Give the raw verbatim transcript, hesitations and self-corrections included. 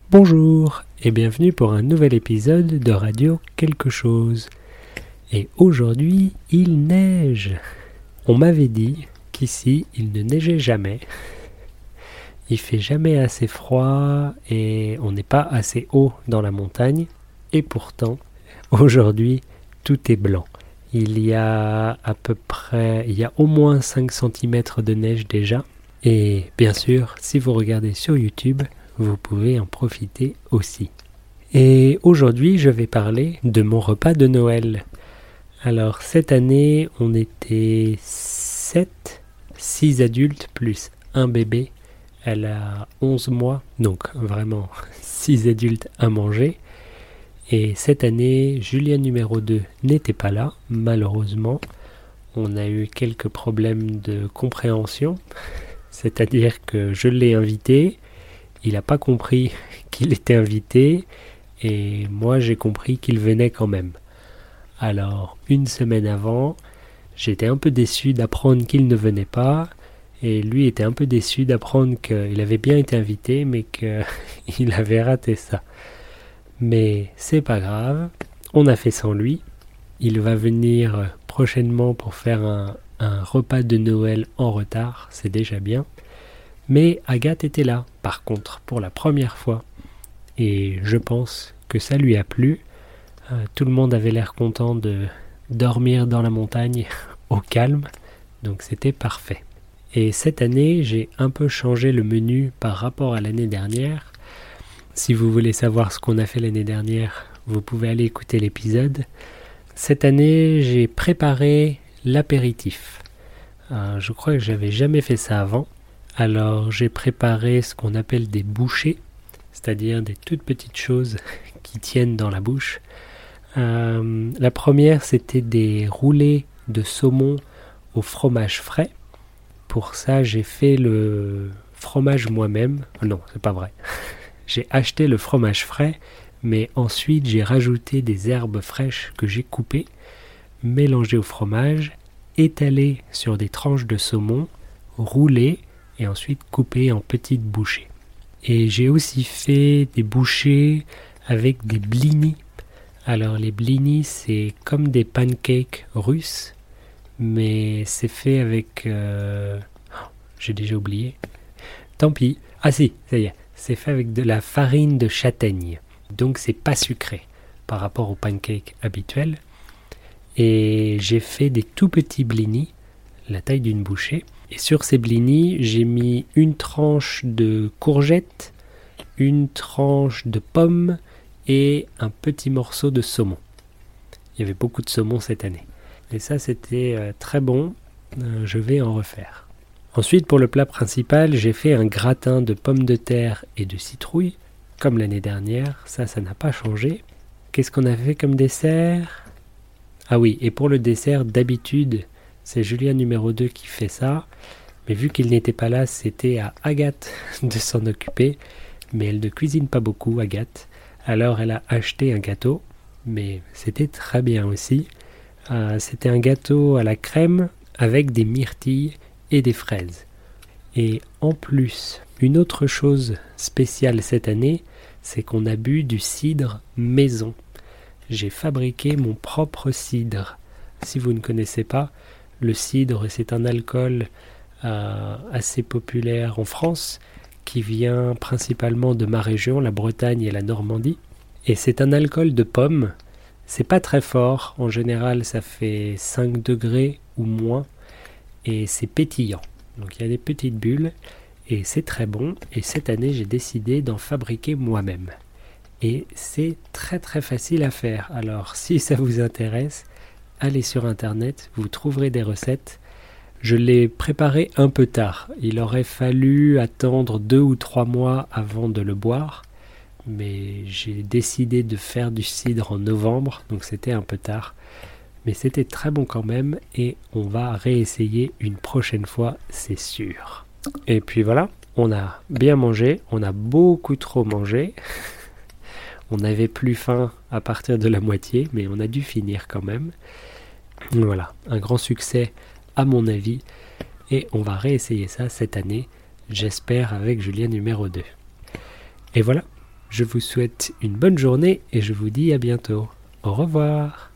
Bonjour et bienvenue pour un nouvel épisode de Radio Quelque chose. Et aujourd'hui, il neige. On m'avait dit qu'ici, il ne neigeait jamais. Il fait jamais assez froid et on n'est pas assez haut dans la montagne. Et pourtant, aujourd'hui, tout est blanc. Il y a à peu près, il y a au moins cinq centimètres de neige déjà. Et bien sûr, si vous regardez sur YouTube, vous pouvez en profiter aussi. Et aujourd'hui, je vais parler de mon repas de Noël. Alors, cette année, on était sept, six adultes plus un bébé. Elle a onze mois, donc vraiment six adultes à manger. Et cette année, Julien numéro deux n'était pas là, malheureusement. On a eu quelques problèmes de compréhension, c'est-à-dire que je l'ai invité. Il n'a pas compris qu'il était invité et moi j'ai compris qu'il venait quand même. Alors une semaine avant, j'étais un peu déçu d'apprendre qu'il ne venait pas et lui était un peu déçu d'apprendre qu'il avait bien été invité mais qu'il avait raté ça. Mais c'est pas grave, on a fait sans lui. Il va venir prochainement pour faire un, un repas de Noël en retard, c'est déjà bien. Mais Agathe était là, par contre, pour la première fois. Et je pense que ça lui a plu. Euh, tout le monde avait l'air content de dormir dans la montagne au calme. Donc c'était parfait. Et cette année, j'ai un peu changé le menu par rapport à l'année dernière. Si vous voulez savoir ce qu'on a fait l'année dernière, vous pouvez aller écouter l'épisode. Cette année, j'ai préparé l'apéritif. Euh, je crois que j'avais jamais fait ça avant. Alors j'ai préparé ce qu'on appelle des bouchées, c'est-à-dire des toutes petites choses qui tiennent dans la bouche. Euh, la première, c'était des roulés de saumon au fromage frais. Pour ça, j'ai fait le fromage moi-même. Non, c'est pas vrai. J'ai acheté le fromage frais, mais ensuite j'ai rajouté des herbes fraîches que j'ai coupées, mélangées au fromage, étalées sur des tranches de saumon, roulées, et ensuite coupé en petites bouchées. Et j'ai aussi fait des bouchées avec des blinis. Alors les blinis, c'est comme des pancakes russes, mais c'est fait avec... Euh... Oh, j'ai déjà oublié. Tant pis. Ah si, ça y est. C'est fait avec de la farine de châtaigne. Donc c'est pas sucré par rapport aux pancakes habituels. Et j'ai fait des tout petits blinis, la taille d'une bouchée. Et sur ces blinis, j'ai mis une tranche de courgette, une tranche de pomme et un petit morceau de saumon. Il y avait beaucoup de saumon cette année. Et ça, c'était euh, très bon. Euh, je vais en refaire. Ensuite, pour le plat principal, j'ai fait un gratin de pommes de terre et de citrouille, comme l'année dernière. Ça, ça n'a pas changé. Qu'est-ce qu'on a fait comme dessert ? Ah oui, et pour le dessert, d'habitude... c'est Julien numéro deux qui fait ça, mais vu qu'il n'était pas là, c'était à Agathe de s'en occuper, mais elle ne cuisine pas beaucoup, Agathe, alors elle a acheté un gâteau, mais c'était très bien aussi. Euh, c'était un gâteau à la crème avec des myrtilles et des fraises. Et en plus, une autre chose spéciale cette année, c'est qu'on a bu du cidre maison. J'ai fabriqué mon propre cidre. Si vous ne connaissez pas, le cidre, c'est un alcool euh, assez populaire en France qui vient principalement de ma région, la Bretagne et la Normandie. Et c'est un alcool de pomme. C'est pas très fort. En général, ça fait cinq degrés ou moins. Et c'est pétillant. Donc il y a des petites bulles. Et c'est très bon. Et cette année, j'ai décidé d'en fabriquer moi-même. Et c'est très très facile à faire. Alors si ça vous intéresse, allez sur internet, vous trouverez des recettes. Je l'ai préparé un peu tard. Il aurait fallu attendre deux ou trois mois avant de le boire. Mais j'ai décidé de faire du cidre en novembre, donc c'était un peu tard. Mais c'était très bon quand même et on va réessayer une prochaine fois, c'est sûr. Et puis voilà, on a bien mangé, on a beaucoup trop mangé. On n'avait plus faim à partir de la moitié, mais on a dû finir quand même. Voilà, un grand succès à mon avis. Et on va réessayer ça cette année, j'espère avec Julien numéro deux. Et voilà, Je vous souhaite une bonne journée et je vous dis à bientôt. Au revoir.